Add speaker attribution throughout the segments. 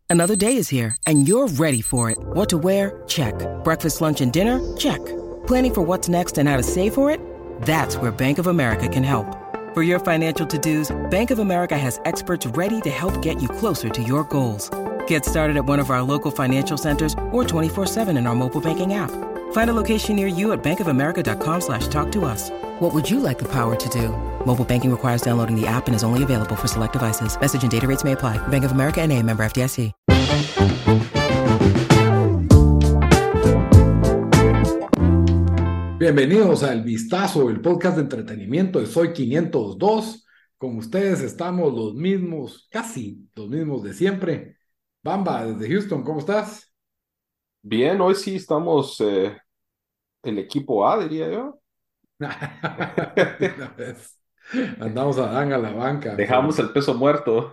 Speaker 1: Another day is here, and you're ready for it. What to wear? Check. Breakfast, lunch, and dinner? Check. Planning for what's next and how to save for it? That's where Bank of America can help. For your financial to-dos, Bank of America has experts ready to help get you closer to your goals. Get started at one of our local financial centers or 24/7 in our mobile banking app. Find a location near you at bankofamerica.com/talktous. What would you like the power to do? Mobile banking requires downloading the app and is only available for select devices. Message and data rates may apply. Bank of America N.A., member FDIC.
Speaker 2: Bienvenidos a El Vistazo, el podcast de entretenimiento de Soy 502. Con ustedes estamos los mismos, casi los mismos de siempre. Bamba, desde Houston, ¿cómo estás?
Speaker 3: Bien, hoy sí estamos el equipo A, diría yo.
Speaker 2: De una vez. Andamos a Dan a la banca,
Speaker 3: Dejamos el peso muerto.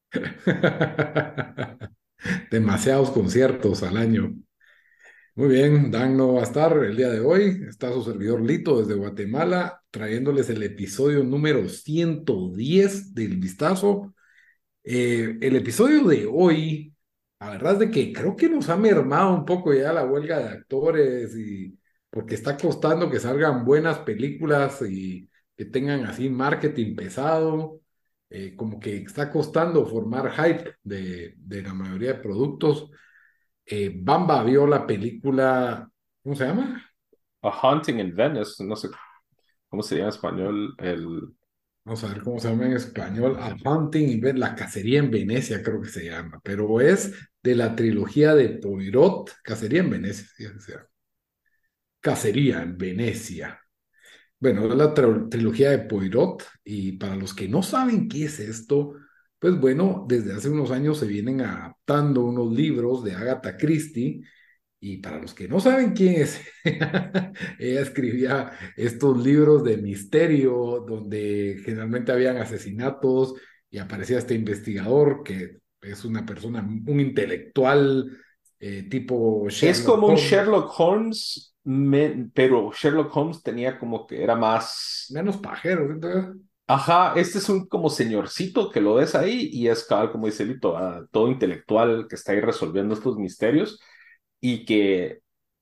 Speaker 2: demasiados conciertos al año. Muy bien, Dan no va a estar el día de hoy. Está su servidor Lito desde Guatemala, trayéndoles el episodio número 110 del Vistazo. El episodio de hoy, la verdad es de que creo que nos ha mermado un poco ya la huelga de actores y porque está costando que salgan buenas películas y que tengan así marketing pesado. Como que está costando formar hype de la mayoría de productos. Bamba vio la película, ¿cómo se llama?
Speaker 3: A Haunting in Venice, no sé cómo se llama en español.
Speaker 2: Vamos a ver cómo se llama en español. A Hunting y La cacería en Venecia, creo que se llama, pero es de la trilogía de Poirot, Cacería en Venecia, sí, o sea, Cacería en Venecia. Bueno, es la trilogía de Poirot, y para los que no saben qué es esto, pues bueno, desde hace unos años se vienen adaptando unos libros de Agatha Christie. Y para los que no saben quién es, ella escribía estos libros de misterio donde generalmente habían asesinatos y aparecía este investigador que es una persona, un intelectual tipo
Speaker 3: Es
Speaker 2: Sherlock
Speaker 3: como un
Speaker 2: Holmes,
Speaker 3: Sherlock Holmes, pero Sherlock Holmes tenía como que era más...
Speaker 2: menos pajero, ¿sí?
Speaker 3: Ajá, este es un como señorcito que lo ves ahí y es cabal, como dice Lito, todo intelectual que está ahí resolviendo estos misterios y que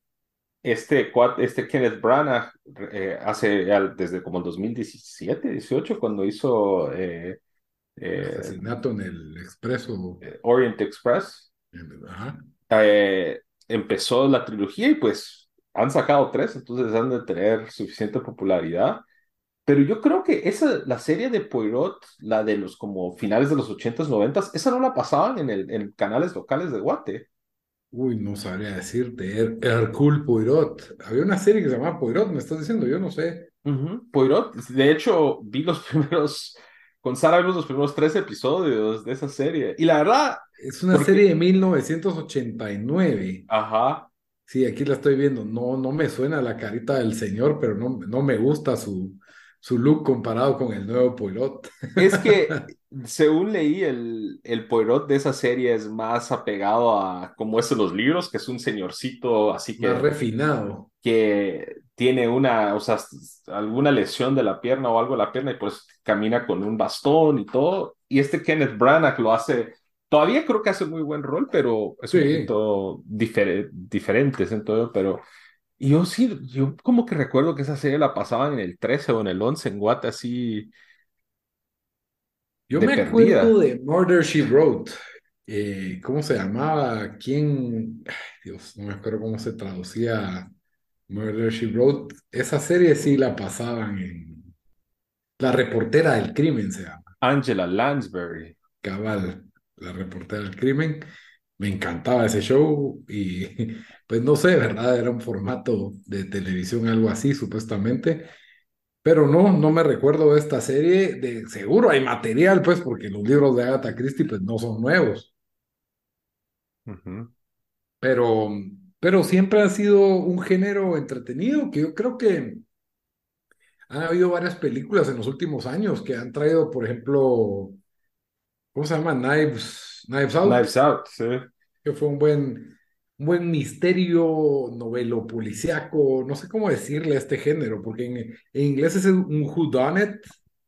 Speaker 3: este Kenneth Branagh desde como el 2017, 18, cuando hizo
Speaker 2: El
Speaker 3: eh,
Speaker 2: asesinato en el expreso.
Speaker 3: Orient Express,
Speaker 2: Ajá.
Speaker 3: empezó la trilogía y pues han sacado tres, entonces han de tener suficiente popularidad. Pero yo creo que la serie de Poirot, la de los como finales de los 80s, 90s, esa no la pasaban en canales locales de Guate.
Speaker 2: Uy, no sabría decirte. Hercule Poirot. Había una serie que se llamaba Poirot, me estás diciendo, yo no sé.
Speaker 3: Ujú. Poirot, de hecho, vi los primeros, con Sara vimos los primeros tres episodios de esa serie. Y la verdad,
Speaker 2: Es una serie
Speaker 3: porque,
Speaker 2: de 1989.
Speaker 3: ajá,
Speaker 2: Sí, aquí la estoy viendo. No, no me suena la carita del señor, pero no, no me gusta su look comparado con el nuevo Poirot.
Speaker 3: es que según leí, el Poirot de esa serie es más apegado a como es en los libros, que es un señorcito, así
Speaker 2: Más refinado.
Speaker 3: que tiene una, o sea, alguna lesión de la pierna o algo de la pierna y pues camina con un bastón y todo. Y este Kenneth Branagh lo hace, todavía creo que hace muy buen rol, pero es un
Speaker 2: Sí.
Speaker 3: poquito diferente, siento yo, pero y yo sí, yo como que recuerdo que esa serie la pasaban en el 13 o en el 11 en Guate, así
Speaker 2: Yo
Speaker 3: de
Speaker 2: me acuerdo
Speaker 3: perdida.
Speaker 2: de Murder, She Wrote. ¿Cómo se llamaba? ¿Quién? Ay, Dios, no me acuerdo cómo se traducía Murder, She Wrote. Esa serie sí la pasaban en La reportera del crimen, se llama.
Speaker 3: Angela Lansbury.
Speaker 2: Cabal, La reportera del crimen. Me encantaba ese show y pues no sé, ¿verdad? Era un formato de televisión, algo así, supuestamente. Pero no, no me recuerdo de esta serie. De seguro hay material, pues, porque los libros de Agatha Christie, pues, no son nuevos.
Speaker 3: Ujú.
Speaker 2: Pero, pero siempre ha sido un género entretenido que yo creo que han habido varias películas en los últimos años que han traído, por ejemplo, ¿cómo se llama? Knives Out,
Speaker 3: Knives Out, sí.
Speaker 2: que fue un buen misterio, novelo policíaco, no sé cómo decirle a este género, porque en inglés es un whodunit.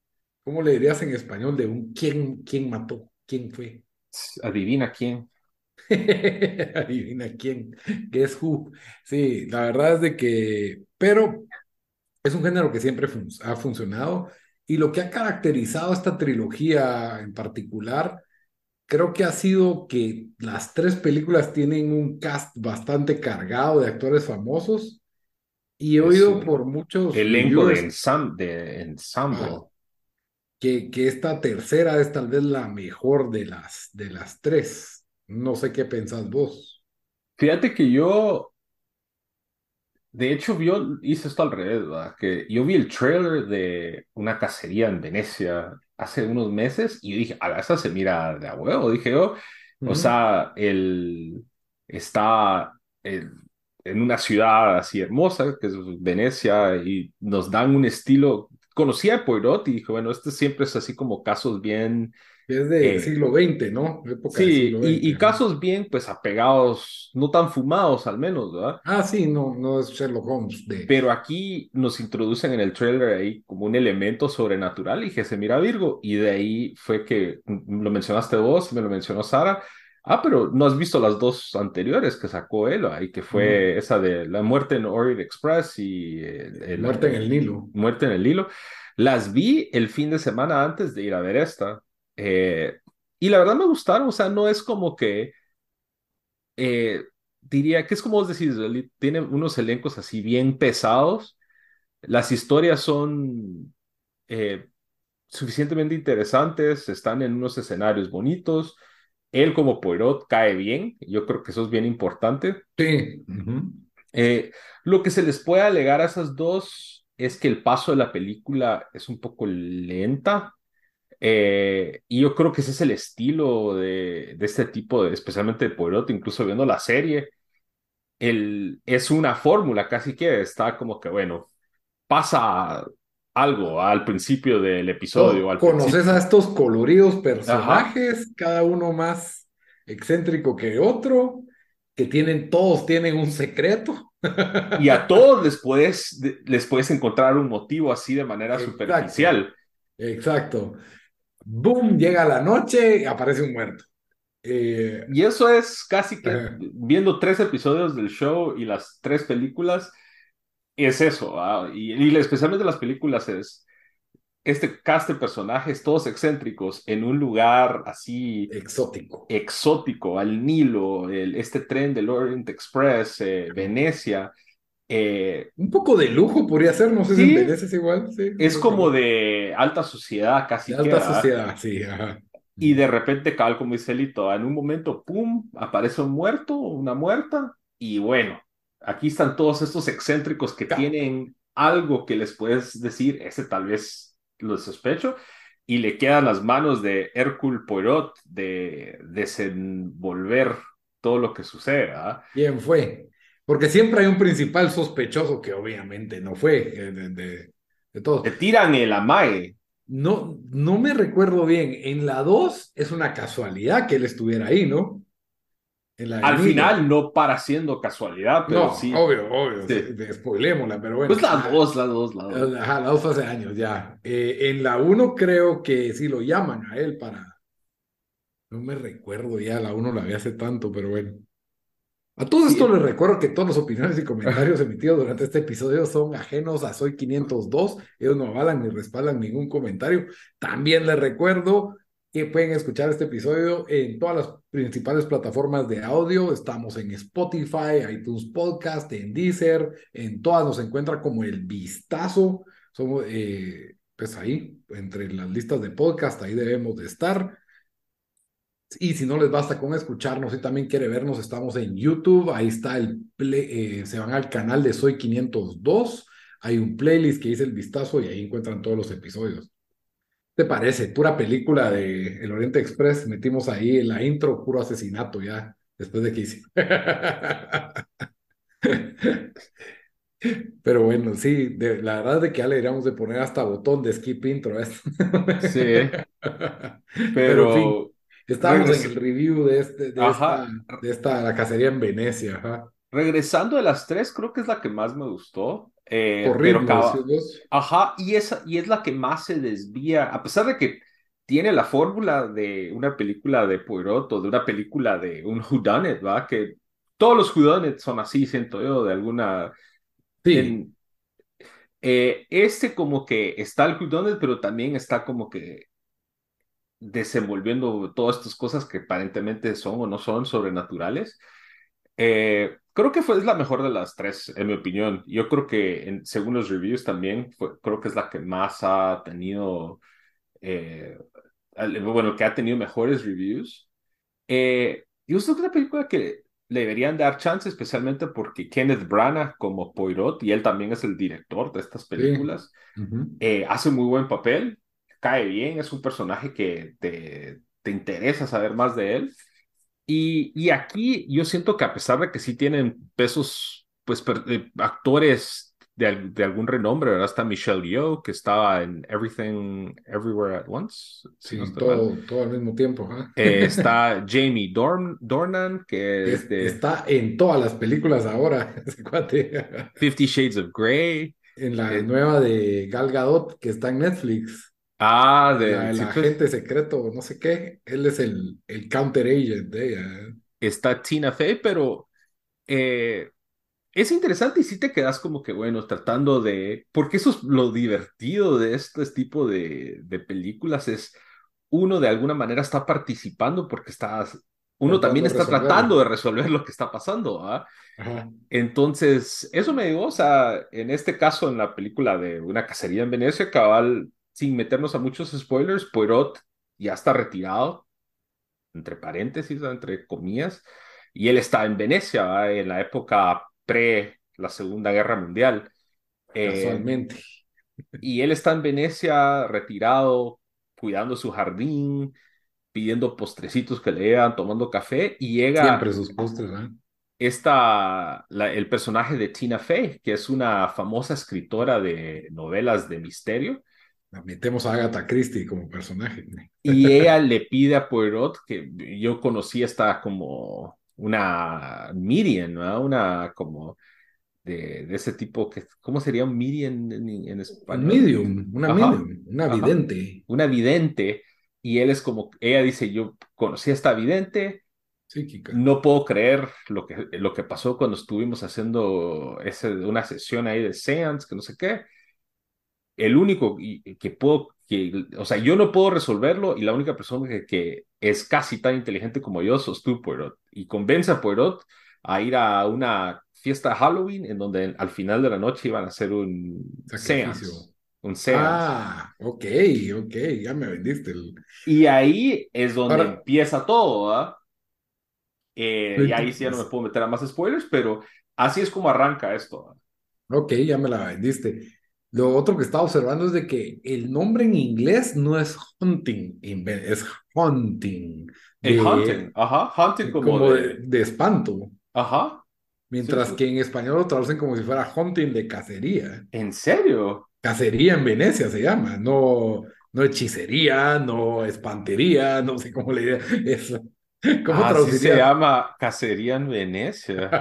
Speaker 2: ¿Cómo le dirías en español de un quién mató? ¿Quién fue?
Speaker 3: Adivina quién.
Speaker 2: Adivina quién, Guess Who. Sí, la verdad es de que, pero es un género que siempre ha funcionado y lo que ha caracterizado esta trilogía en particular, creo que ha sido que las tres películas tienen un cast bastante cargado de actores famosos y he oído
Speaker 3: Sí.
Speaker 2: por muchos
Speaker 3: Elenco de,
Speaker 2: reviewers
Speaker 3: de
Speaker 2: ah,
Speaker 3: ensemble.
Speaker 2: que esta tercera es tal vez la mejor de las tres. No sé qué pensás vos.
Speaker 3: Fíjate que yo, de hecho, yo hice esto al revés, ¿verdad? Que yo vi el trailer de una cacería en Venecia hace unos meses y yo dije, a esa se mira de a huevo, dije yo. O
Speaker 2: Ujú.
Speaker 3: sea, él está en una ciudad así hermosa, que es Venecia, y nos dan un estilo. Conocía a Poirot y dije, bueno, este siempre es así como casos bien.
Speaker 2: Es de
Speaker 3: eh,
Speaker 2: siglo XX, ¿no? Época de
Speaker 3: Sí,
Speaker 2: siglo XX.
Speaker 3: y
Speaker 2: Ajá.
Speaker 3: casos bien, pues apegados, no tan fumados al menos, ¿verdad?
Speaker 2: Ah, sí, no, no es Sherlock Holmes de...
Speaker 3: Pero aquí nos introducen en el trailer ahí como un elemento sobrenatural y que se mira Virgo. Y de ahí fue que lo mencionaste vos, me lo mencionó Sara. Ah, pero no has visto las dos anteriores que sacó él ahí, que
Speaker 2: No,
Speaker 3: fue esa de La muerte en Orient Express y
Speaker 2: Muerte en el Nilo.
Speaker 3: Muerte en el Hilo. Las vi el fin de semana antes de ir a ver esta. Eh, y la verdad me gustaron, o sea, no es como que diría que es como vos decís, tiene unos elencos así bien pesados. Las historias son eh, suficientemente interesantes, están en unos escenarios bonitos. Él como Poirot cae bien, yo creo que eso es bien importante.
Speaker 2: Sí. Ujú.
Speaker 3: Eh, lo que se les puede alegar a esas dos es que el paso de la película es un poco lenta. Y yo creo que ese es el estilo de este tipo, especialmente de Poirot, incluso viendo la serie es una fórmula casi que está como que, bueno, pasa algo al principio del episodio, al
Speaker 2: ¿Conoces
Speaker 3: principio.
Speaker 2: a estos coloridos
Speaker 3: Ajá.
Speaker 2: personajes, cada uno más excéntrico que otro, que tienen, todos tienen un secreto?
Speaker 3: Y a todos les puedes encontrar un motivo así de manera
Speaker 2: Exacto,
Speaker 3: superficial.
Speaker 2: exacto. Boom, llega la noche y aparece un muerto. Eh,
Speaker 3: Y eso es casi que
Speaker 2: ajá,
Speaker 3: viendo tres episodios del show y las tres películas, es eso. ¿Ah? Y especialmente las películas es este cast de personajes todos excéntricos en un lugar así
Speaker 2: exótico.
Speaker 3: exótico, al Nilo, este tren del Orient Express, Venecia.
Speaker 2: Un poco de lujo podría ser, no sé si en
Speaker 3: Sí,
Speaker 2: Venecia es igual, sí,
Speaker 3: es
Speaker 2: creo que
Speaker 3: como
Speaker 2: no.
Speaker 3: de alta sociedad
Speaker 2: De
Speaker 3: casi
Speaker 2: alta
Speaker 3: queda.
Speaker 2: sociedad, sí, ajá.
Speaker 3: Y de repente, cabal, como dice Lito, en un momento, ¡pum!, aparece un muerto, una muerta. Y bueno, aquí están todos estos excéntricos que
Speaker 2: Ca-
Speaker 3: tienen algo que les puedes decir, ese tal vez lo sospecho. Y le quedan las manos de Hercule Poirot de desenvolver todo lo que sucede, ¿verdad?
Speaker 2: ¿Quién fue? Porque siempre hay un principal sospechoso que obviamente no fue de todos.
Speaker 3: Te tiran el amague.
Speaker 2: No, no me recuerdo bien. En la 2 es una casualidad que él estuviera ahí, ¿no? En la del
Speaker 3: Al
Speaker 2: Nilo.
Speaker 3: final no para siendo casualidad, pero
Speaker 2: No,
Speaker 3: sí,
Speaker 2: obvio, obvio,
Speaker 3: sí.
Speaker 2: spoilémosla, pero
Speaker 3: Pues
Speaker 2: bueno,
Speaker 3: la dos, la dos, la dos.
Speaker 2: ajá, la 2 fue hace años ya. En la uno creo que sí lo llaman a él para, no me recuerdo ya, la uno la vi hace tanto, pero bueno. A todo esto
Speaker 3: Sí.
Speaker 2: les recuerdo que todas las opiniones y comentarios emitidos durante este episodio son ajenos a Soy 502. Ellos no avalan ni respaldan ningún comentario. También les recuerdo que pueden escuchar este episodio en todas las principales plataformas de audio. Estamos en Spotify, iTunes Podcast, en Deezer, en todas nos encuentra como El Vistazo. Somos, pues ahí, entre las listas de podcast, ahí debemos de estar. Y si no les basta con escucharnos y también quiere vernos, estamos en YouTube. Ahí está se van al canal de Soy 502. Hay un playlist que dice El Vistazo y ahí encuentran todos los episodios. ¿Te parece? Pura película de El Oriente Express. Metimos ahí en la intro, puro asesinato ya, después de que hice. Pero bueno, sí, la verdad es de que ya le deberíamos de poner hasta botón de skip intro a esto.
Speaker 3: Sí,
Speaker 2: Pero en fin,
Speaker 3: pero
Speaker 2: estábamos en el
Speaker 3: regres
Speaker 2: review
Speaker 3: ajá,
Speaker 2: la cacería en Venecia, ajá.
Speaker 3: regresando de las tres, creo que es la que más me gustó.
Speaker 2: Por
Speaker 3: Pero
Speaker 2: ritmo, decís vos.
Speaker 3: ajá, y es la que más se desvía, a pesar de que tiene la fórmula de una película de Poirot o de una película de un whodunit, ¿va? Que todos los whodunit son así, siento yo, de alguna...
Speaker 2: Sí,
Speaker 3: En, este como que está el whodunit, pero también está como que desenvolviendo todas estas cosas que aparentemente son o no son sobrenaturales. Creo que es la mejor de las tres, en mi opinión. Yo creo que, según los reviews también, creo que es la que más ha tenido, eh, bueno, que ha tenido mejores reviews. Y es una película que le deberían dar chance, especialmente porque Kenneth Branagh como Poirot, y él también es el director de estas
Speaker 2: sí.
Speaker 3: películas,
Speaker 2: Ujú.
Speaker 3: hace muy buen papel, cae bien, es un personaje que te interesa saber más de él. Y aquí yo siento que a pesar de que sí tienen pesos, pues actores de algún renombre, ¿verdad? Está Michelle Yeoh, que estaba en Everything, Everywhere at Once, si no
Speaker 2: Sí,
Speaker 3: estoy mal.
Speaker 2: todo al mismo tiempo, ¿ah?
Speaker 3: Está Jamie Dornan, que es de
Speaker 2: Está en todas las películas ahora, ese cuate.
Speaker 3: 50 Shades of Grey.
Speaker 2: En la
Speaker 3: eh,
Speaker 2: nueva de Gal Gadot, que está en Netflix, la del
Speaker 3: sí, pues,
Speaker 2: agente secreto, no sé qué, él es el counter agent de ella.
Speaker 3: está Tina Fey, pero eh, es interesante y sí te quedas como que, bueno, tratando de... Porque eso es lo divertido de este tipo de películas, es uno de alguna manera está participando porque uno también
Speaker 2: Tratando de
Speaker 3: está
Speaker 2: resolverlo.
Speaker 3: tratando de resolver lo que está pasando, ¿ah?
Speaker 2: Ajá.
Speaker 3: Entonces, eso me digo, o sea, en este caso, en la película de Una cacería en Venecia, cabal, sin meternos a muchos spoilers, Poirot ya está retirado, entre paréntesis, ¿no? Entre comillas, y él está en Venecia, ¿va? En la época pre la Segunda Guerra Mundial. Eh,
Speaker 2: Casualmente.
Speaker 3: y él está en Venecia retirado, cuidando su jardín, pidiendo postrecitos que le llegan, tomando café, y llega
Speaker 2: Siempre sus postres, ¿ah?
Speaker 3: el personaje de Tina Fey, que es una famosa escritora de novelas de misterio,
Speaker 2: La metemos a Agatha Christie como personaje.
Speaker 3: y ella le pide a Poirot, que yo conocí esta como una medium, ¿no? Una como de ese tipo, que, ¿cómo sería un medium en
Speaker 2: Un
Speaker 3: español?
Speaker 2: medium, una
Speaker 3: Ajá,
Speaker 2: medium, una
Speaker 3: ajá,
Speaker 2: vidente
Speaker 3: una vidente, y él es como, ella dice, yo conocí a esta vidente,
Speaker 2: psíquica.
Speaker 3: no puedo creer lo que pasó cuando estuvimos haciendo una sesión ahí de seance, que no sé qué. El único que puedo, o sea, yo no puedo resolverlo y la única persona que es casi tan inteligente como yo sos tú, Poirot. Y convence a Poirot a ir a una fiesta de Halloween en donde al final de la noche iban a hacer un
Speaker 2: Sacrificio.
Speaker 3: seance, un seance.
Speaker 2: Ah, ok, ok, ya me vendiste el...
Speaker 3: Y ahí es donde
Speaker 2: Ahora,
Speaker 3: empieza todo, ¿ah?
Speaker 2: no
Speaker 3: Y ahí sí ya no me
Speaker 2: entiendes.
Speaker 3: puedo meter a más spoilers, pero así es como arranca esto, ¿ah?
Speaker 2: Ok, ya me la vendiste. Lo otro que estaba observando es de que el nombre en inglés no es hunting, es hunting,
Speaker 3: El hunting,
Speaker 2: de,
Speaker 3: ajá, hunting como
Speaker 2: como de espanto,
Speaker 3: ajá, sí,
Speaker 2: mientras
Speaker 3: sí.
Speaker 2: que en español lo traducen como si fuera hunting de cacería.
Speaker 3: ¿En serio?
Speaker 2: Cacería en Venecia se llama, no, no hechicería, no espantería, no sé cómo le diría eso. ¿Cómo
Speaker 3: Así se
Speaker 2: traducirías?
Speaker 3: llama Cacería en Venecia.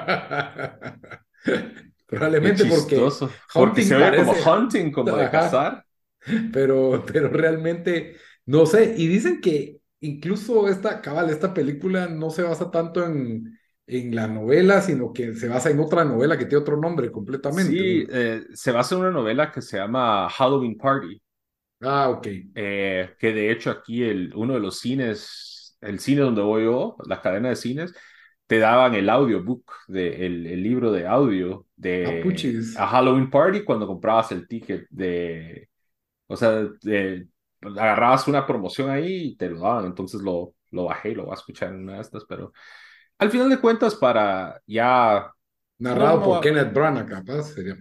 Speaker 3: Qué
Speaker 2: Probablemente porque
Speaker 3: chistoso. Porque se
Speaker 2: hunting
Speaker 3: oye como
Speaker 2: parece,
Speaker 3: hunting, como de
Speaker 2: ajá,
Speaker 3: cazar.
Speaker 2: pero realmente no sé. Y dicen que incluso esta película no se basa tanto en la novela, sino que se basa en otra novela que tiene otro nombre completamente.
Speaker 3: Sí, se basa en una novela que se llama Halloween Party,
Speaker 2: Ah, ok.
Speaker 3: que de hecho aquí uno de los cines, el cine donde voy yo, la cadena de cines, te daban el audiobook, el libro de audio de
Speaker 2: Apuchis.
Speaker 3: A Halloween Party cuando comprabas el ticket o sea, agarrabas una promoción ahí y te lo daban, entonces lo bajé y lo voy a escuchar en una de estas, pero al final de cuentas para ya, no,
Speaker 2: Narrado por
Speaker 3: no,
Speaker 2: Kenneth Branagh, capaz, sería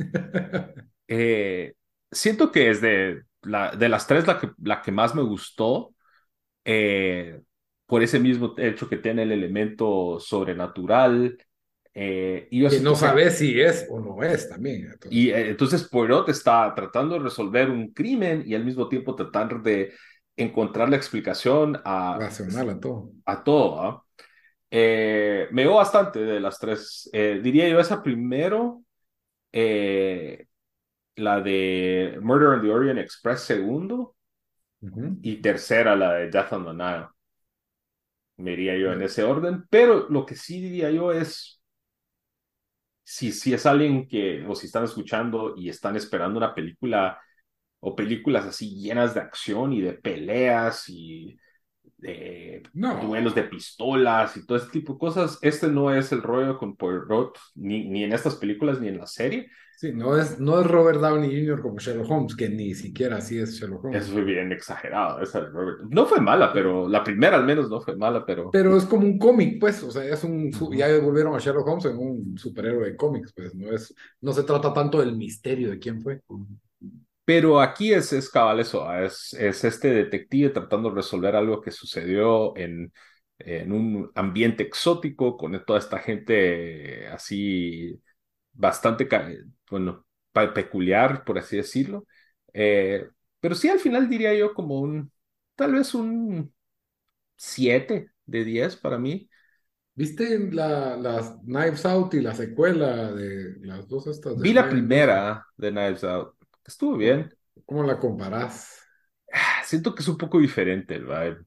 Speaker 3: eh, siento que es de las tres la que más me gustó, eh, por ese mismo hecho que tiene el elemento sobrenatural, y yo
Speaker 2: que no
Speaker 3: siento que
Speaker 2: sabes si es o no es también.
Speaker 3: y
Speaker 2: Entonces,
Speaker 3: entonces Poirot está tratando de resolver un crimen y al mismo tiempo tratar de encontrar la explicación
Speaker 2: racional a todo.
Speaker 3: a todo, ¿ah? Me dio bastante de las tres. Diría yo esa primero, eh, la de Murder on the Orient Express segundo,
Speaker 2: Ujú.
Speaker 3: y tercera la de Death on the Nile. Me iría yo en
Speaker 2: Bueno,
Speaker 3: ese orden, pero lo que sí diría yo es, si es alguien que, o si están escuchando y están esperando una película o películas así llenas de acción y de peleas y de duelos de
Speaker 2: no,
Speaker 3: pistolas y todo este tipo de cosas, este no es el rollo con Poirot, ni en estas películas ni en la serie.
Speaker 2: sí, no es Robert Downey Jr. como Sherlock Holmes, que ni siquiera así es Sherlock
Speaker 3: Eso
Speaker 2: Holmes.
Speaker 3: fue bien exagerado. Esa de Robert. No fue mala, pero la primera al menos no fue mala, pero...
Speaker 2: Pero es como un cómic, pues, o sea, ya
Speaker 3: Ujú.
Speaker 2: volvieron a Sherlock Holmes en un superhéroe de cómics, pues, no se trata tanto del misterio de quién fue.
Speaker 3: Pero aquí es cabal eso, es este detective tratando de resolver algo que sucedió en un ambiente exótico con toda esta gente así bastante, bueno, peculiar, por así decirlo. Eh, pero sí, al final diría yo como tal vez un 7 de 10 para mí.
Speaker 2: ¿Viste las Knives Out y la secuela de las dos estas de
Speaker 3: Vi la
Speaker 2: Ryan Johnson?
Speaker 3: primera de Knives Out, estuvo
Speaker 2: ¿Cómo,
Speaker 3: bien.
Speaker 2: cómo la comparás?
Speaker 3: Siento que es un poco diferente el vibe.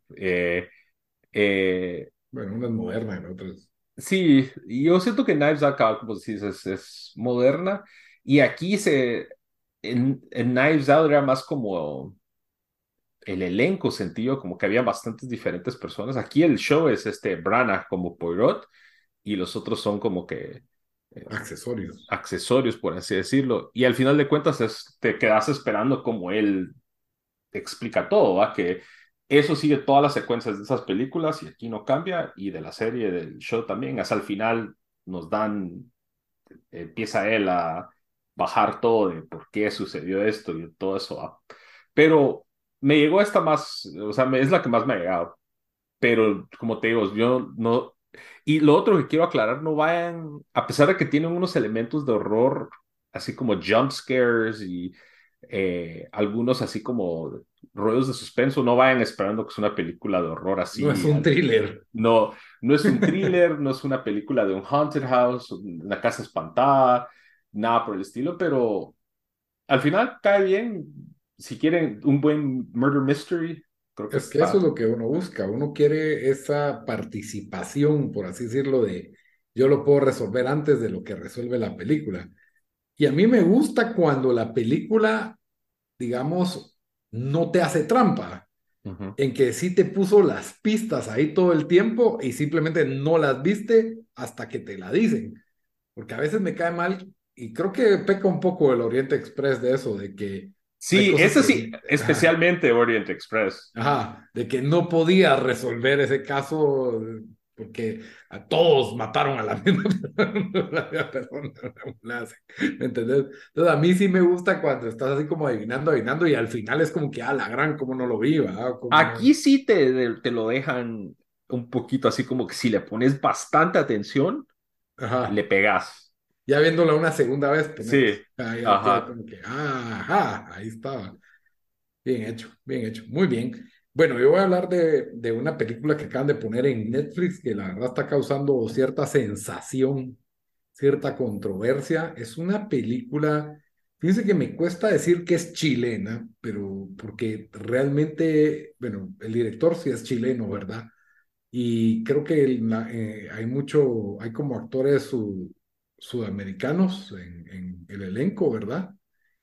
Speaker 3: Eh,
Speaker 2: Bueno, una es moderna y la otra es...
Speaker 3: sí, y yo siento que Knives Out, cabal, como decís, es moderna. Y aquí en Knives Out era más como el elenco sentido, como que había bastantes diferentes personas. Aquí el show es Branagh como Poirot y los otros son como que
Speaker 2: accesorios.
Speaker 3: accesorios, por así decirlo. Y al final de cuentas te quedas esperando como él explica todo, ¿va? Que eso sigue todas las secuencias de esas películas y aquí no cambia y de la serie, del show también. Hasta el final nos dan, empieza él a bajar todo de por qué sucedió esto y todo eso, ¿va? Pero me llegó esta más, o sea, es la que más me ha llegado. Pero como te digo, yo no... Y lo otro que quiero aclarar, no vayan, a pesar de que tienen unos elementos de horror, así como jump scares y algunos así como rollos de suspenso, no vayan esperando que es una película de horror
Speaker 2: No es
Speaker 3: así.
Speaker 2: un thriller.
Speaker 3: No, no es un thriller, no es una película de un haunted house, una casa espantada, nada por el estilo, pero al final cae bien. Si quieren un buen murder mystery, creo que
Speaker 2: Es que eso es
Speaker 3: está.
Speaker 2: lo que uno busca. Uno quiere esa participación, por así decirlo, de yo lo puedo resolver antes de lo que resuelve la película. Y a mí me gusta cuando la película, digamos, no te hace trampa,
Speaker 3: Ujú.
Speaker 2: en que sí te puso las pistas ahí todo el tiempo y simplemente no las viste hasta que te la dicen. Porque a veces me cae mal y creo que peca un poco el Oriente Express de eso, de que hay
Speaker 3: Sí,
Speaker 2: cosas
Speaker 3: ese
Speaker 2: que,
Speaker 3: sí,
Speaker 2: ajá,
Speaker 3: especialmente Orient Express.
Speaker 2: ajá, de que no podía resolver ese caso porque a todos mataron a la misma persona, ¿me entendés? Entonces a mí sí me gusta cuando estás así como adivinando, adivinando y al final es como que, ah, la gran, cómo no lo vi, ¿verdad? ¿Cómo no?
Speaker 3: Aquí sí te lo dejan un poquito así como que si le pones bastante atención, le
Speaker 2: Ajá.
Speaker 3: pegas.
Speaker 2: Ya viéndola una segunda vez,
Speaker 3: Sí,
Speaker 2: pones, ya queda
Speaker 3: ajá.
Speaker 2: como que, ah, ajá, ahí estaba. Bien hecho, muy bien. Bueno, yo voy a hablar de una película que acaban de poner en Netflix que la verdad está causando cierta sensación, cierta controversia. Es una película, fíjense que me cuesta decir que es chilena, pero porque realmente, bueno, el director sí es chileno, ¿verdad? Y creo que hay como actores sudamericanos en el elenco, ¿verdad?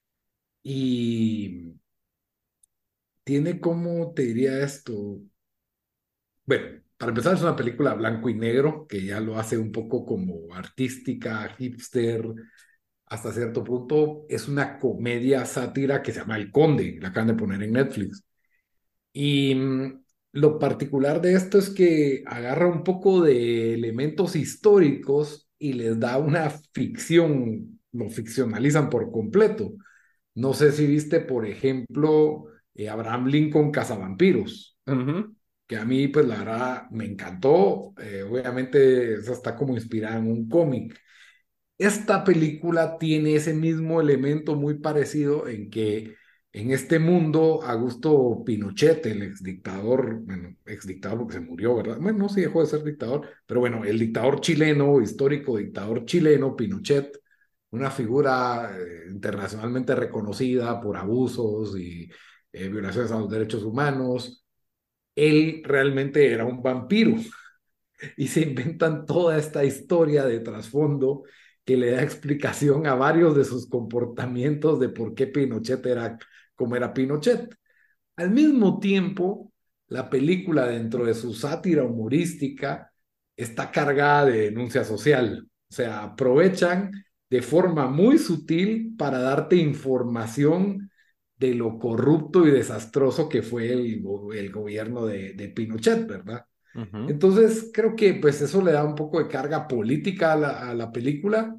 Speaker 2: Y tiene como, te diría esto, bueno, para empezar es una película blanco y negro que ya lo hace un poco como artística, hipster, hasta cierto punto. Es una comedia sátira que se llama El Conde, la acaban de poner en Netflix. Y lo particular de esto es que agarra un poco de elementos históricos y les da una ficción, lo ficcionalizan por completo. No sé si viste, por ejemplo, Abraham Lincoln Cazavampiros,
Speaker 3: Ujú.
Speaker 2: que a mí, pues la verdad, me encantó. Obviamente, esa está como inspirada en un cómic. Esta película tiene ese mismo elemento muy parecido en que en este mundo, Augusto Pinochet, el exdictador, bueno, exdictador porque se murió, ¿verdad? Bueno, no, sí dejó de ser dictador, pero bueno, el dictador chileno, histórico dictador chileno, Pinochet, una figura internacionalmente reconocida por abusos y violaciones a los derechos humanos. Él realmente era un vampiro y se inventan toda esta historia de trasfondo que le da explicación a varios de sus comportamientos de por qué Pinochet era como era Pinochet. Al mismo tiempo, la película, dentro de su sátira humorística, está cargada de denuncia social. O sea, aprovechan de forma muy sutil para darte información de lo corrupto y desastroso que fue el gobierno de Pinochet, ¿verdad?
Speaker 3: Ujú.
Speaker 2: Entonces, creo que pues eso le da un poco de carga política a la película,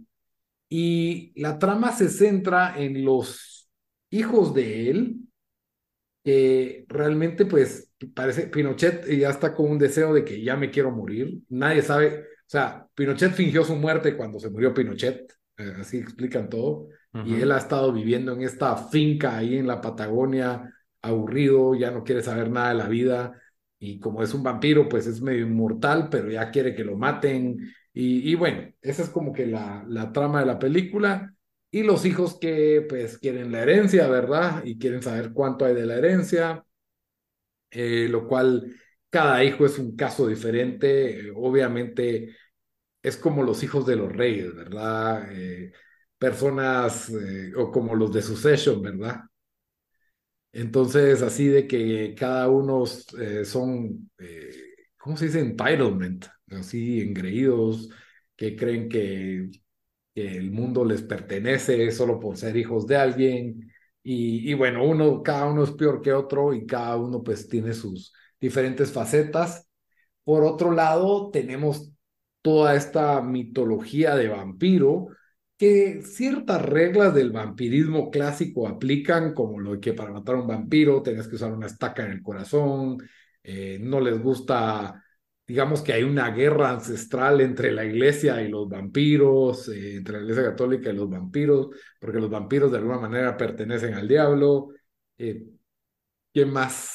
Speaker 2: y la trama se centra en los hijos de él, que realmente pues parece Pinochet ya está con un deseo de que ya me quiero morir. Nadie sabe, o sea, Pinochet fingió su muerte cuando se murió Pinochet, así explican todo, y él
Speaker 3: Ujú.
Speaker 2: ha estado viviendo en esta finca ahí en la Patagonia, aburrido, ya no quiere saber nada de la vida, y como es un vampiro, pues es medio inmortal, pero ya quiere que lo maten, y bueno, esa es como que la trama de la película. Y los hijos que pues quieren la herencia, ¿verdad? Y quieren saber cuánto hay de la herencia, lo cual cada hijo es un caso diferente. Obviamente es como los hijos de los reyes, ¿verdad? Personas o como los de Succession, ¿verdad? Entonces, así de que cada uno son, ¿cómo se dice? Entitlement, así engreídos, que creen que el mundo les pertenece solo por ser hijos de alguien. Y bueno, cada uno es peor que otro y cada uno pues tiene sus diferentes facetas. Por otro lado, tenemos toda esta mitología de vampiro, que ciertas reglas del vampirismo clásico aplican, como lo de que para matar a un vampiro tenés que usar una estaca en el corazón, no les gusta, digamos que hay una guerra ancestral entre la iglesia y los vampiros, entre la iglesia católica y los vampiros, porque los vampiros de alguna manera pertenecen al diablo. Eh, ¿Qué más?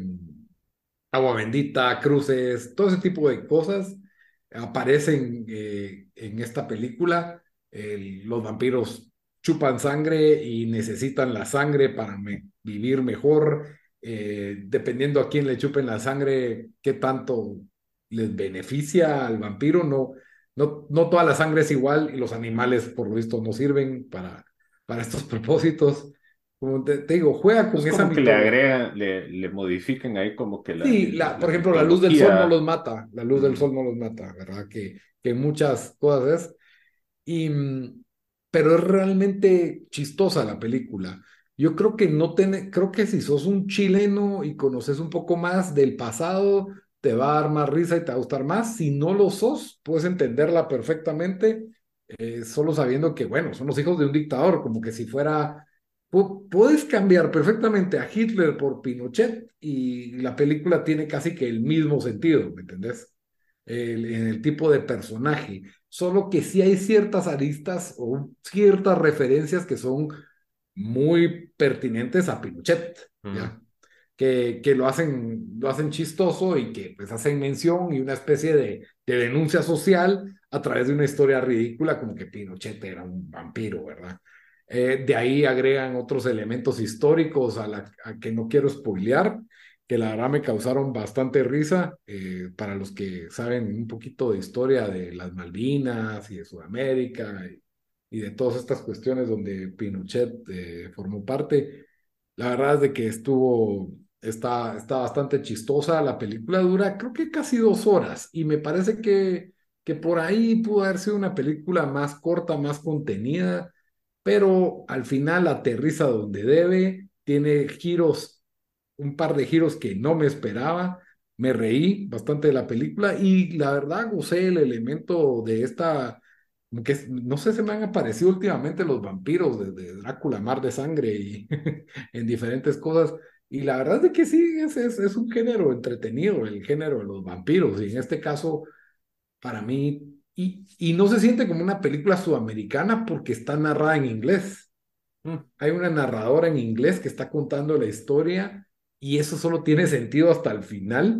Speaker 2: Agua bendita, cruces, todo ese tipo de cosas aparecen en esta película. Los vampiros chupan sangre y necesitan la sangre para vivir mejor. Dependiendo a quién le chupen la sangre, qué tanto les beneficia al vampiro. No, no toda la sangre es igual, y los animales, por lo visto, no sirven para estos propósitos. Como te digo, juega
Speaker 3: Es
Speaker 2: con esa
Speaker 3: como que le
Speaker 2: mitología.
Speaker 3: agregan, le modifican ahí como que
Speaker 2: Sí,
Speaker 3: la
Speaker 2: por ejemplo, la luz del sol no
Speaker 3: mitología.
Speaker 2: los mata, la luz del
Speaker 3: Mm.
Speaker 2: sol no los mata, ¿verdad? Que muchas cosas es. Y, pero es realmente chistosa la película. Yo creo que no creo que si sos un chileno y conoces un poco más del pasado, te va a dar más risa y te va a gustar más. Si no lo sos, puedes entenderla perfectamente, solo sabiendo que, bueno, son los hijos de un dictador, como que si fuera, puedes cambiar perfectamente a Hitler por Pinochet y la película tiene casi que el mismo sentido, ¿me entendés? En el tipo de personaje, solo que sí hay ciertas aristas o ciertas referencias que son muy pertinentes a Pinochet,
Speaker 3: Mm.
Speaker 2: ¿ya? Que lo hacen chistoso y que pues hacen mención y una especie de denuncia social a través de una historia ridícula como que Pinochet era un vampiro, ¿verdad? De ahí agregan otros elementos históricos a que no quiero spoilear, que la verdad me causaron bastante risa, para los que saben un poquito de historia de las Malvinas y de Sudamérica y de todas estas cuestiones donde Pinochet formó parte. La verdad es de que está bastante chistosa. La película dura creo que casi 2 horas y me parece que por ahí pudo haber sido una película más corta, más contenida, pero al final aterriza donde debe, tiene giros, un par de giros que no me esperaba. Me reí bastante de la película y la verdad gocé el elemento de esta, como que no sé, se me han aparecido últimamente los vampiros de Drácula, Mar de Sangre y en diferentes cosas. Y la verdad es que sí, es un género entretenido, el género de los vampiros. Y en este caso, para mí, y no se siente como una película sudamericana porque está narrada en inglés.
Speaker 3: Mm.
Speaker 2: Hay una narradora en inglés que está contando la historia y eso solo tiene sentido hasta el final,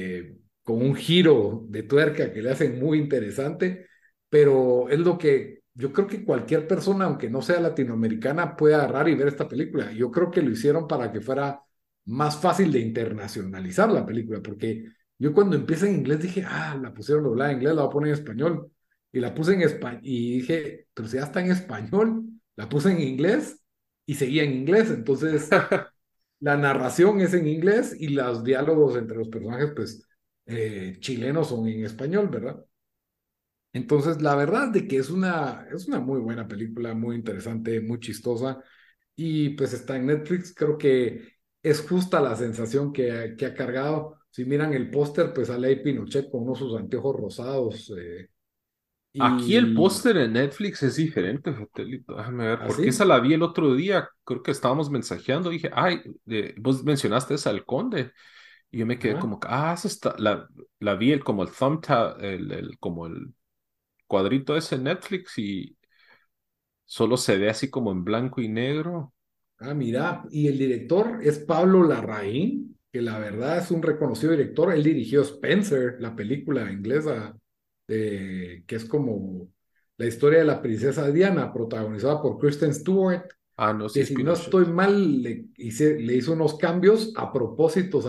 Speaker 2: con un giro de tuerca que le hacen muy interesante, pero es lo que yo creo que cualquier persona, aunque no sea latinoamericana, puede agarrar y ver esta película. Yo creo que lo hicieron para que fuera más fácil de internacionalizar la película, porque yo cuando empieza en inglés dije, la pusieron doblada en inglés, la voy a poner en español. Y la puse en español y dije, pero si ya está en español, la puse en inglés y seguía en inglés. Entonces, la narración es en inglés y los diálogos entre los personajes, pues, chilenos son en español, ¿verdad? Entonces, la verdad de que es una muy buena película, muy interesante, muy chistosa y pues está en Netflix. Creo que es justa la sensación que ha cargado. Si miran el póster, pues sale ahí Pinochet con unos sus anteojos rosados
Speaker 3: Aquí el
Speaker 2: y
Speaker 3: póster en Netflix es diferente, Jotelito. Déjame ver, porque esa
Speaker 2: así.
Speaker 3: la vi el otro día. Creo que estábamos mensajeando. Dije, ay, vos mencionaste esa al Conde. Y yo me quedé
Speaker 2: Ajá.
Speaker 3: como, esa está, la vi como el thumbtack, como el cuadrito ese en Netflix y solo se ve así como en blanco y negro.
Speaker 2: Mira, y el director es Pablo Larraín, que la verdad es un reconocido director. Él dirigió Spencer, la película inglesa, que es como la historia de la princesa Diana, protagonizada por Kristen Stewart,
Speaker 3: Ah, no, sí
Speaker 2: que
Speaker 3: es
Speaker 2: si no
Speaker 3: Pinochet.
Speaker 2: estoy mal, le hizo unos cambios a propósitos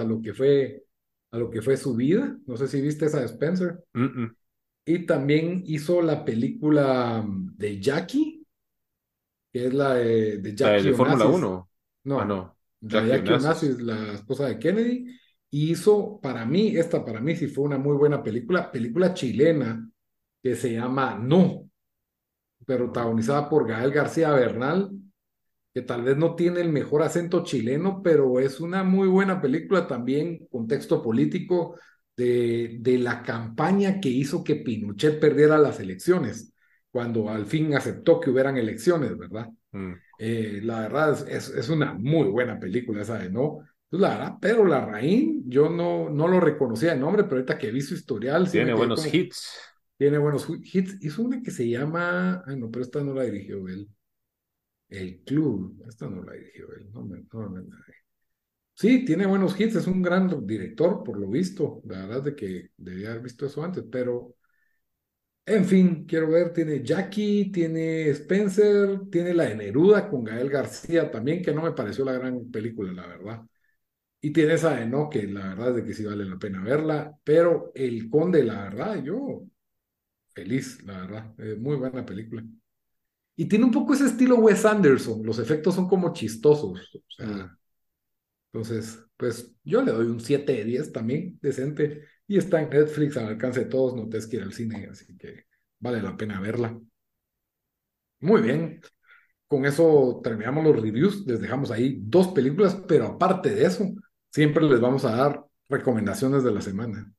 Speaker 2: a lo que fue su vida. No sé si viste esa de Spencer.
Speaker 3: Mm, mm.
Speaker 2: Y también hizo la película de Jackie, que es la de Jackie
Speaker 3: De Fórmula
Speaker 2: Onassis.
Speaker 3: Uno. Ah,
Speaker 2: No,
Speaker 3: no.
Speaker 2: la de
Speaker 3: Jackie
Speaker 2: Jackie
Speaker 3: Onassis.
Speaker 2: Onassis, la esposa de Kennedy, y hizo para mí, esta para mí sí fue una muy buena película chilena que se llama No,
Speaker 3: No.
Speaker 2: protagonizada por Gael García Bernal, que tal vez no tiene el mejor acento chileno, pero es una muy buena película también, contexto político de la campaña que hizo que Pinochet perdiera las elecciones, cuando al fin aceptó que hubieran elecciones, ¿verdad?
Speaker 3: Mm.
Speaker 2: La verdad es una muy buena película esa de No. Pues la verdad, pero Larraín, yo no lo reconocía de nombre, pero ahorita que vi su historial, sí me
Speaker 3: Tiene
Speaker 2: quedé
Speaker 3: buenos
Speaker 2: como,
Speaker 3: hits.
Speaker 2: tiene buenos hits. Hizo una que se llama, no, pero esta no la dirigió él. El Club, esta no la dirigió él. Sí, tiene buenos hits, es un gran director, por lo visto. La verdad es de que debía haber visto eso antes, pero en fin, quiero ver, tiene Jackie, tiene Spencer, tiene la de Neruda con Gael García también, que no me pareció la gran película, la verdad. Y tiene esa de No, que la verdad es de que sí vale la pena verla, pero El Conde, la verdad, yo feliz, la verdad, muy buena película. Y tiene un poco ese estilo Wes Anderson, los efectos son como chistosos, o
Speaker 3: Mm.
Speaker 2: sea, entonces, pues yo le doy un 7 de 10 también, decente, y está en Netflix al alcance de todos, no tienes que ir al cine, así que vale la pena verla. Muy bien, con eso terminamos los reviews, les dejamos ahí dos películas, pero aparte de eso, siempre les vamos a dar recomendaciones de la semana.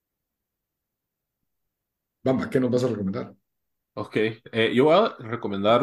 Speaker 2: Bamba, ¿qué nos vas a recomendar?
Speaker 3: Ok, yo voy a recomendar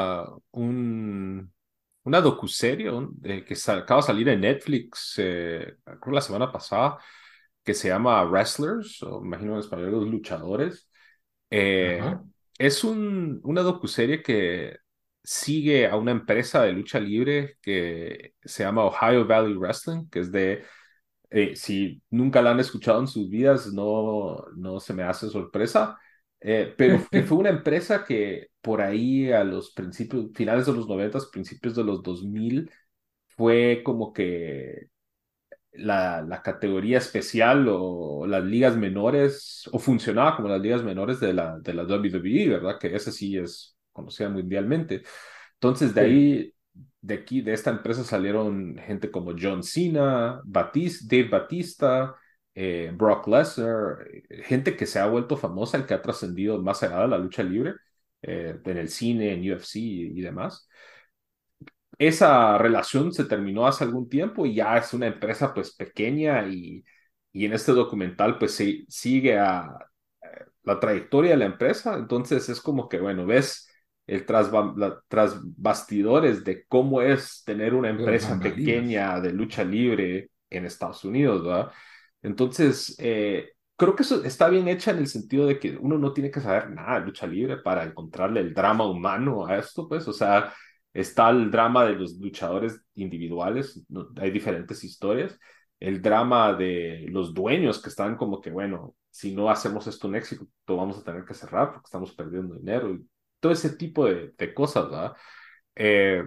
Speaker 3: una docuserie que acaba de salir en Netflix, creo que la semana pasada, que se llama Wrestlers, o me imagino en español los luchadores. Eh,
Speaker 2: Ajá,
Speaker 3: es una docuserie que sigue a una empresa de lucha libre que se llama Ohio Valley Wrestling, que es si nunca la han escuchado en sus vidas, no se me hace sorpresa, pero que fue una empresa que por ahí a los principios, finales de los 90, principios de los 2000 fue como que la categoría especial o las ligas menores, o funcionaba como las ligas menores de la WWE, ¿verdad? Que esa sí es conocida mundialmente. Entonces,
Speaker 2: sí,
Speaker 3: de esta empresa salieron gente como John Cena, Dave Batista, Brock Lesnar, gente que se ha vuelto famosa y que ha trascendido más allá de la lucha libre, en el cine, en UFC y demás. Esa relación se terminó hace algún tiempo y ya es una empresa pues pequeña y en este documental pues sigue la trayectoria de la empresa. Entonces es como que, bueno, ves tras bastidores de cómo es tener una
Speaker 2: de las
Speaker 3: empresa
Speaker 2: bambalinas.
Speaker 3: pequeña de lucha libre en Estados Unidos, ¿verdad? Entonces, creo que eso está bien hecha en el sentido de que uno no tiene que saber nada de lucha libre para encontrarle el drama humano a esto, pues, o sea, está el drama de los luchadores individuales, ¿no? Hay diferentes historias, el drama de los dueños que están como que, bueno, si no hacemos esto un éxito, vamos a tener que cerrar porque estamos perdiendo dinero y todo ese tipo de cosas, ¿verdad? Eh,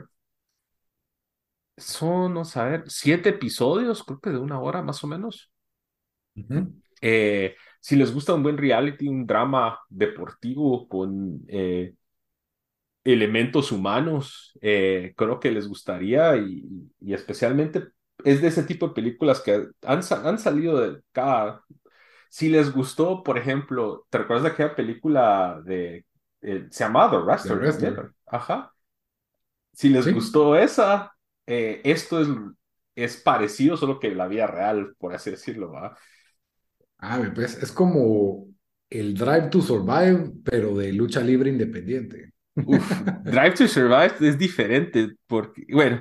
Speaker 3: Son, vamos a ver, 7 episodios, creo que de 1 hora más o menos.
Speaker 2: Ujú.
Speaker 3: Si les gusta un buen reality, un drama deportivo con elementos humanos, creo que les gustaría y especialmente es de ese tipo de películas que han salido de cada... Si les gustó, por ejemplo, ¿te recuerdas de aquella película se llamaba The
Speaker 2: The
Speaker 3: Wrestler también?
Speaker 2: Wrestler.
Speaker 3: Ajá. Si les
Speaker 2: Sí.
Speaker 3: gustó esa, esto es parecido, solo que la vida real, por así decirlo, ¿va?
Speaker 2: Pues es como el Drive to Survive, pero de lucha libre independiente.
Speaker 3: Uf, Drive to Survive es diferente, porque, bueno,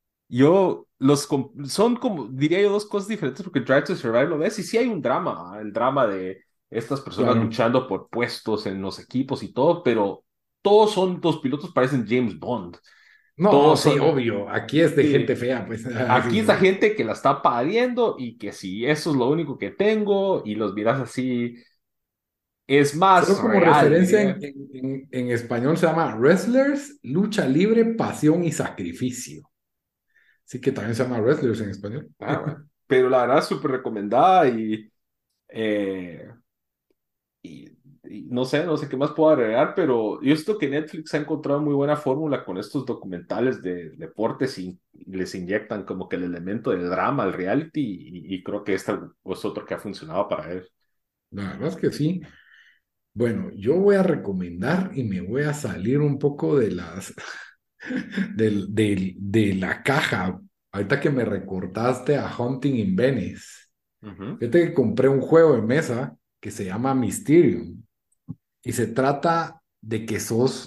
Speaker 3: son como, diría yo, dos cosas diferentes, porque Drive to Survive lo ves y sí hay un drama, ¿ah? El drama de estas personas
Speaker 2: Claro.
Speaker 3: luchando por puestos en los equipos y todo, pero todos son, los pilotos parecen James Bond,
Speaker 2: No,
Speaker 3: todos
Speaker 2: sí,
Speaker 3: son,
Speaker 2: obvio. Aquí es de gente
Speaker 3: sí,
Speaker 2: fea, pues.
Speaker 3: aquí
Speaker 2: Sí,
Speaker 3: es la
Speaker 2: sí.
Speaker 3: gente que la está pariendo y que si eso es lo único que tengo y los miras así, es más
Speaker 2: Solo como
Speaker 3: real,
Speaker 2: referencia
Speaker 3: diría.
Speaker 2: en español se llama Wrestlers, lucha libre, pasión y sacrificio. Sí que también se llama Wrestlers en español.
Speaker 3: Ah, bueno. Pero la verdad, súper recomendada eh, y, y no sé qué más puedo agregar, pero yo siento que Netflix ha encontrado muy buena fórmula con estos documentales de deportes y les inyectan como que el elemento del drama, el reality, y creo que este es otro que ha funcionado para él.
Speaker 2: La verdad es que sí. Bueno, yo voy a recomendar y me voy a salir un poco de de la caja. Ahorita que me recordaste a Hunting in Venice.
Speaker 3: Ujú.
Speaker 2: Fíjate que compré un juego de mesa que se llama Mysterium y se trata de que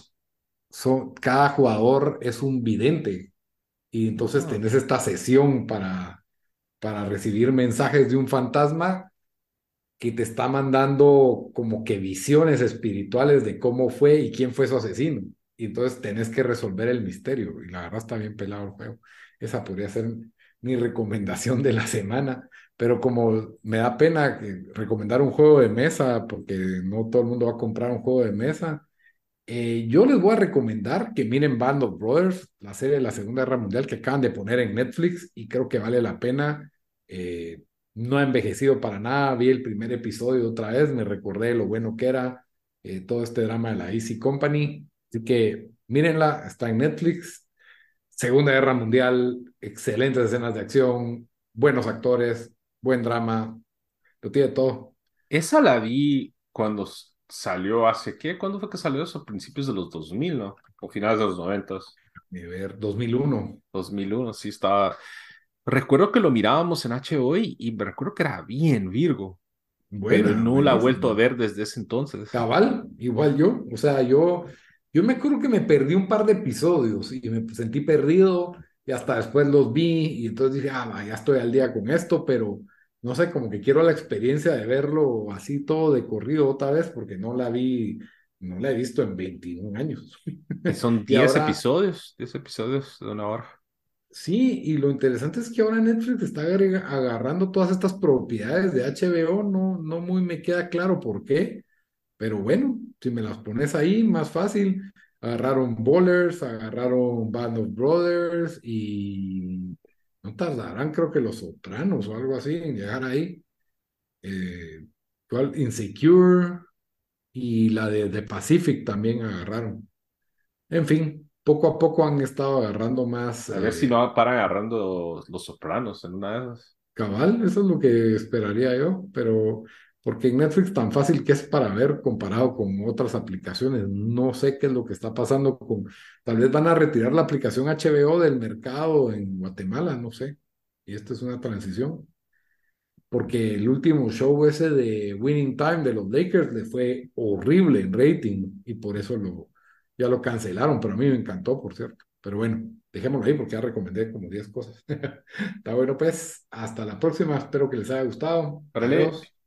Speaker 2: cada jugador es un vidente y entonces
Speaker 3: Ah,
Speaker 2: tenés esta sesión para recibir mensajes de un fantasma que te está mandando como que visiones espirituales de cómo fue y quién fue su asesino. Y entonces tenés que resolver el misterio. Y la verdad está bien pelado el juego. Esa podría ser mi recomendación de la semana. Pero como me da pena recomendar un juego de mesa, porque no todo el mundo va a comprar un juego de mesa, yo les voy a recomendar que miren Band of Brothers, la serie de la Segunda Guerra Mundial que acaban de poner en Netflix y creo que vale la pena. Eh, no ha envejecido para nada. Vi el primer episodio otra vez, me recordé lo bueno que era todo este drama de la Easy Company. Así que mírenla, está en Netflix. Segunda Guerra Mundial, excelentes escenas de acción, buenos actores, buen drama, lo tiene todo.
Speaker 3: esa la vi cuando salió hace, ¿qué? ¿Cuándo fue que salió eso? A principios de los 2000, ¿no? O finales de los 90,
Speaker 2: Ver, 2001.
Speaker 3: 2001, sí estaba. Recuerdo que lo mirábamos en HBO y me recuerdo que era bien Virgo, pero
Speaker 2: Buena,
Speaker 3: no la he vuelto a
Speaker 2: buenísima.
Speaker 3: ver desde ese entonces.
Speaker 2: Cabal, igual yo. O sea, yo me acuerdo que me perdí un par de episodios y me sentí perdido y hasta después los vi y entonces dije, ya estoy al día con esto, pero no sé, como que quiero la experiencia de verlo así todo de corrido otra vez porque no la he visto en 21 años.
Speaker 3: Y son
Speaker 2: Y
Speaker 3: 10
Speaker 2: ahora,
Speaker 3: episodios, 10 episodios de 1 hora.
Speaker 2: sí, y lo interesante es que ahora Netflix está agarrando todas estas propiedades de HBO, no muy me queda claro por qué. Pero bueno, si me las pones ahí, más fácil. Agarraron Ballers, agarraron Band of Brothers y no tardarán, creo que Los Sopranos o algo así en llegar ahí. ¿Cuál? Insecure y la de The Pacific también agarraron. En fin, poco a poco han estado agarrando más
Speaker 3: A ver si no paran agarrando los Sopranos en una de esas.
Speaker 2: cabal, eso es lo que esperaría yo, pero porque en Netflix tan fácil que es para ver comparado con otras aplicaciones, no sé qué es lo que está pasando tal vez van a retirar la aplicación HBO del mercado en Guatemala, no sé, y esta es una transición, porque el último show ese de Winning Time de los Lakers le fue horrible en rating y por eso ya lo cancelaron, pero a mí me encantó, por cierto, pero bueno. Dejémoslo ahí porque ya recomendé como 10 cosas. Está bueno, pues, hasta la próxima. Espero que les haya gustado.
Speaker 3: Órale.
Speaker 2: Adiós.